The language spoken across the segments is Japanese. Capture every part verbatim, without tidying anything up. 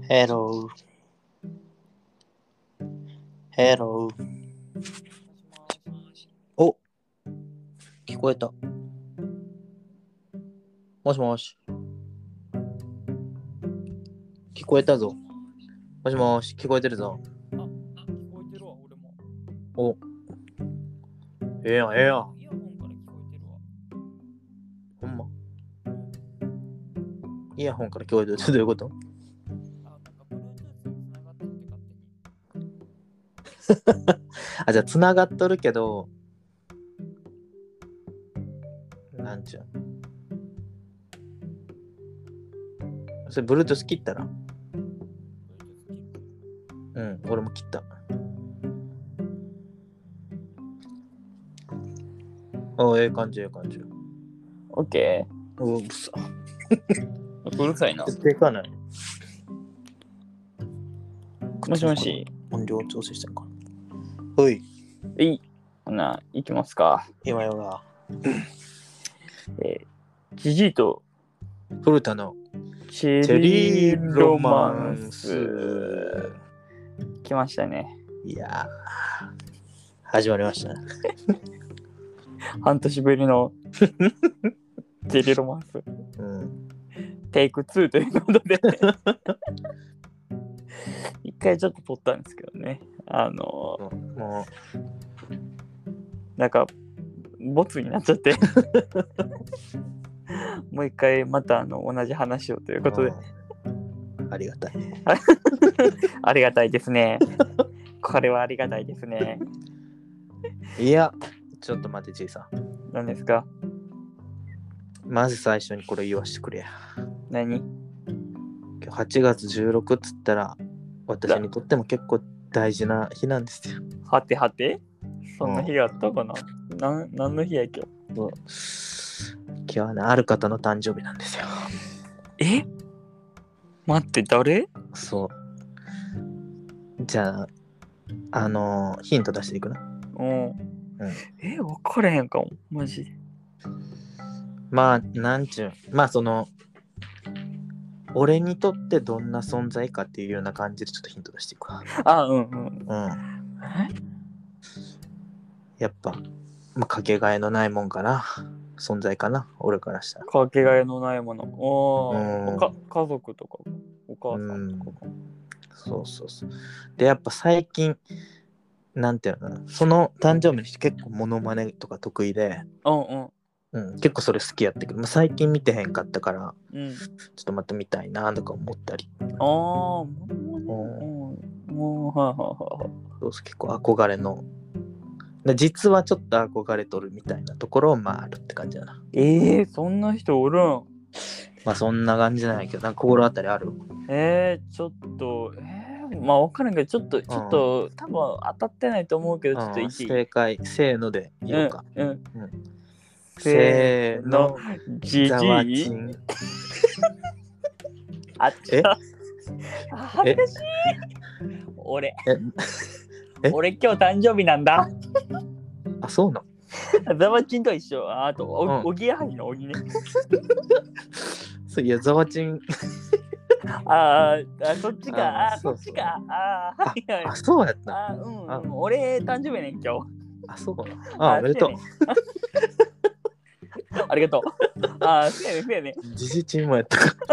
Hello. Hello. お、聞こえた。もしもし。聞こえたぞ。もしもし、聞こえてるぞ。 あ、聞こえてるわ、俺も。 お、ええやん、ええやん。 イヤホンから聞こえてるわ。 ほんま。イヤホンから聞こえてるってどういうこと？ あ、なんか Bluetooth に繋がってるって勝手に。 あ、じゃあ、つながっとるけど、なんちゅう。それ、Bluetooth 切ったら？ Bluetooth 切る。 うん、俺も切った。お、ええ感じ、ええ感じ。 オッケお、うっさ。 ー。うるさいな。 でかない。 もしもし。 音量調整してるかな。ほい。 えい。ほな、行きますか。 今よが。 えー、ジジイと古田のチェチェリリーローロマンマンス。 ス。 来ましたね。 いやー、始まりましたね。 半年ぶりのチェリーロマンス。 うん。でテイクツーということで。一回ちょっと撮ったんですけどね。あのー、 もなんか、ボツになっちゃって。もう一回またあの同じ話をというう、 ことで、 うん、ありがたい。 ありがたいですね。これはありがたいですね。 いや、ちょっと待って、じいさん。 何ですか？ まず最初にこれ言わしてくれや。 何？ 今日はちがつじゅうろくっつったら、私にとっても結構大事な日なんですよ。 はてはて？そんな日があったかな？なん何の日や今日？ そう今日はね、ある方の誕生日なんですよ。 え？待って、誰？ そう。じゃあ、あのー、ヒント出していくな。 うん。 うん。 え、分からへんかも。マジで。 まあ、なんちゅう。まあ、その、俺にとってどんな存在かっていうような感じでちょっとヒント出していくわ。 あ、うんうん。 うん。 え？ やっぱ、まあ、かけがえのないもんかな。存在かな。俺からしたら。 かけがえのないもの。おうんー、か家族とか、お母さんとかか。 そうそうそう。で、やっぱ最近、なんていうのかな。その誕生日にして結構モノマネとか得意で、 うんうんうん、結構それ好きやったけど、まあ、最近見てへんかったから、 うん。 ちょっとまた見たいなとか思ったり。 ああ、もうね。うん。もう、はいはいはいはい。 そうそう結構憧れの。で実はちょっと憧れとるみたいなところもあるって感じだな。 ええー、そんな人おるん？ まあそんな感じじゃないけど、なんか心当たりある？ えー、ちょっと、えー、まあ分からんけど、ちょっと、ちょっと、多分当たってないと思うけど、ちょっとうん、 言っていい？ 正解、せーので言おうか。 うん、うん。 うん、 せーの、じざじい？ わちん。 あっちえゃ。恥ずかしい。俺、 え俺今日誕生日なんだ。 あ、そうなの？ ザワチンと一緒。あと、お、 うんおぎやはぎのおぎね。 そういや、ざわちん。 あーあ、そっちか。ああ、 あーそそうそうっちか。ああ、はいはい。 あ、そうやったあーうん、 あうん。俺、誕生日やねん、今日。 あ、そうなのあ、おめでとう。 ありがとう。ああ、そうやねん、そうやねん。 じじちんもやったか。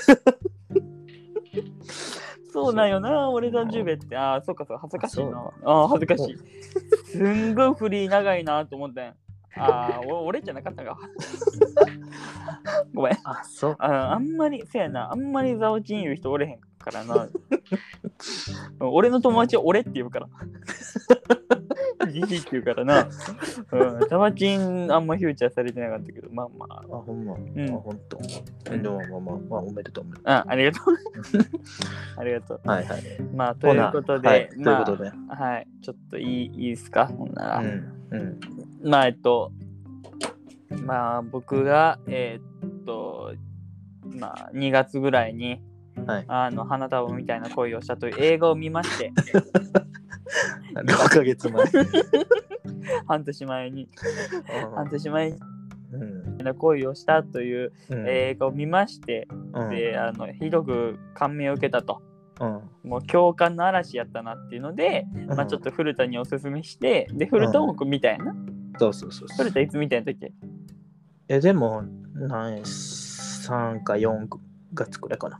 そうなんよな、俺誕生日って。ああ、そうかそう、恥ずかしいあな。ああ、恥ずかしい。すんごいフリー長いなと思ってん。ああ、俺じゃなかったか。ごめん。 あ、そう。 ああんまり、せやな、あんまりザオチン言う人おれへんからな。俺の友達は俺って言うから。ジジイって言うからな。うん、ザワチンあんまフューチャーされてなかったけど、まあまあ。 あ、ほんま。 んあ、ほんと。でもまあまあまあ、おめでとう。おめでとうあ、ありがとう。ありがとう。 はいはい。 まあ、ということで、 はい、 まあ、 ということで。 はい、ちょっといいいいですか、ほんなら。 うん。うん。 まあ、えっと、まあ、僕が、えーっと、まあ、にがつぐらいに、 はい。 あの花束みたいな恋をしたという映画を見まして、 ろっかげつまえ。 半年前に、半う年前にん。 恋をしたといううん。 映画を見まして、 うん、 で、あのひどく感銘を受けたと。 うん。 もう共感の嵐やったなっていうので、まあちょっと古田におすすめして、で、古田も見たいな。 そうそうそうそう。 古田いつ見たんだっけ？ え、でも、何、さんかよんがつくらいかな。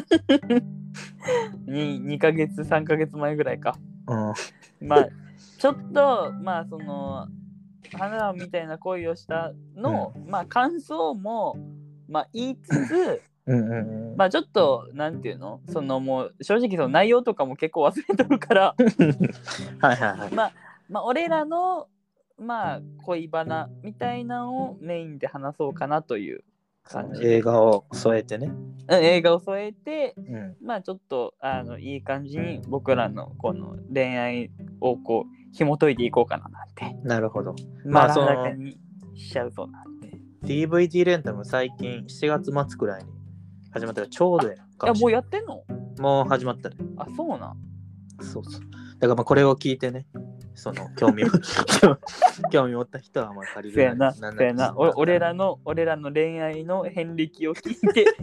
ににかげつ、さんかげつまえぐらいか。 うん。 まあ、ちょっと、まあその、花みたいな恋をしたの、まあ感想も、まあ言いつつ、 うんうんうん。 まあちょっと、なんていうの、そのもう正直その内容とかも結構忘れとるから、 はいはいはい。 まあ、まあ俺らの、まあ恋バナみたいなのをメインで話そうかなという感じで。 映画を添えてね。 うん映画を添えて、 うん。 まあちょっとあのいい感じに僕らのこの恋愛をこう紐解いていこうかななんて。 なるほど。 まあ、 まあそのらかにしちゃうそうなんで。いディーブイディー レンタルも最近しちがつ末くらいに始まったからちょうどやかや、もうもしれやってんの？ ない。もう始まったね。 あ、そうなん。 そうそう。だからまあこれを聞いてね、その興味を興味持った人はまあ借りるそうやな、 なそうやな。お俺らの、俺らの恋愛の遍歴を聞いて、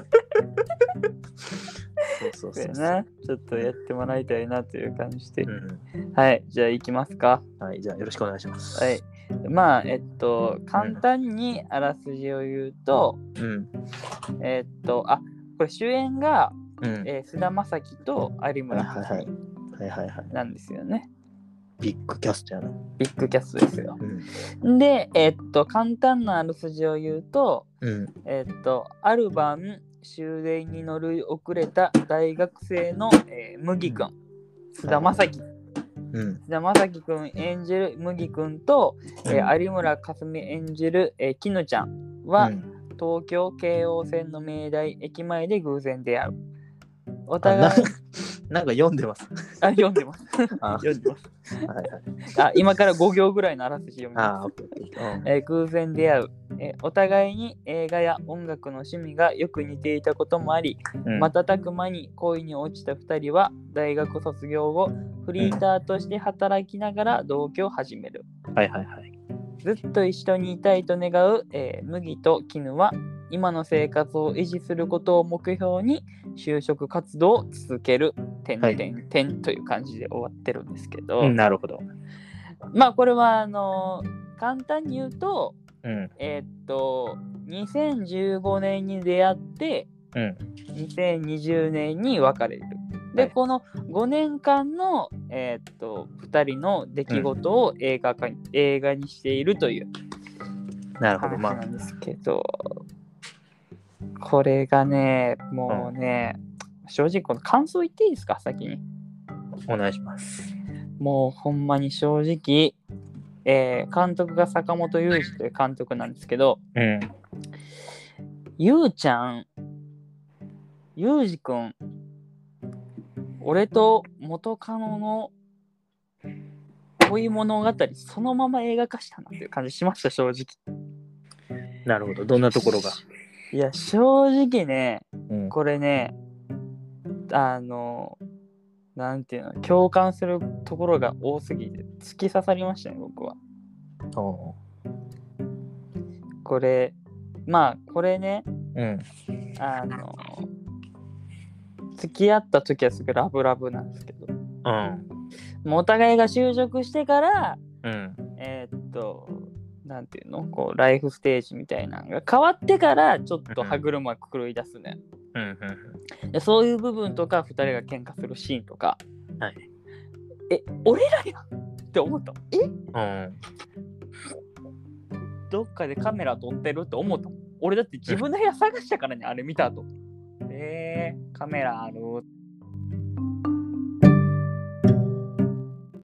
そうそうそううそやな。ちょっとやってもらいたいなという感じで。 うん。 はい、じゃあ行きますか。 はい、じゃあよろしくお願いします。 はい。まあ、えっと、簡単にあらすじを言うと、 うん。 えっと、あ、これ主演が、 うん。 えー菅田将暉と有村架はいはい純はいはいはい。 なんですよね。 ビッグキャストやな。 ビッグキャストですよ。 うん。 で、えっと、簡単なあらすじを言うと、 うん。 えっと、ある晩、終電に乗り遅れた大学生の、えー麦君、菅田将暉。 うん。 菅田将暉君演じる麦君と、えー有村架純演じる、えー、絹ちゃんは、 うん東京京王線の明大駅前で偶然出会う。おあな互い、 なんか読んでます。 あ、読んでます。 あ読んでます。 はいはい。 あ、今からご行ぐらいのあらすじ読みます。 あー、オッケーオッケー。うんえー偶然出会う、えーお互いに映画や音楽の趣味がよく似ていたこともあり、 うん瞬く間に恋に落ちたふたりは大学卒業後フリーターとして働きながら同居を始める。 はいはいはい。 ずっと一緒にいたいと願う、えー麦と絹は今の生活を維持することを目標に就職活動を続ける点はい点点という感じで終わってるんですけど、 うん、なるほど。 まあこれはあのー簡単に言うとうん。 えーっと、にせんじゅうごねんに出会って、 うん。 にせんにじゅうねんに別れる。で、 はいこのごねんかんの、えーっとふたりの出来事を映画化に、映画にしているというなるほど。まあ、 話なんですけど、これがね、もうね、正直この感想言っていいですか、先に。 お願いします。 もうほんまに正直、えー監督が坂本雄二という監督なんですけど、 うん。 ゆうちゃん、ゆうじくん、俺と元カノの恋物語そのまま映画化したなっていう感じしました、正直。 なるほど。どんなところが。 いや、正直ね、 うん。 これね、あの、なんていうの、共感するところが多すぎて突き刺さりましたね、僕は。 おこれ、まあ、これね、 うん。 あの、付き合った時はすごいラブラブなんですけど、 うん。 もうお互いが就職してから、 うん。 えーっと、なんていうのこう、ライフステージみたいなのが変わってから、ちょっと歯車狂い出すね。 うん。 でそういう部分とか、ふたりが喧嘩するシーンとか、 はい。 え、俺らやんって思った。えうん。 どっかでカメラ撮ってるって思った。俺だって自分の部屋探したからね、あれ見た後。えー、カメラあるって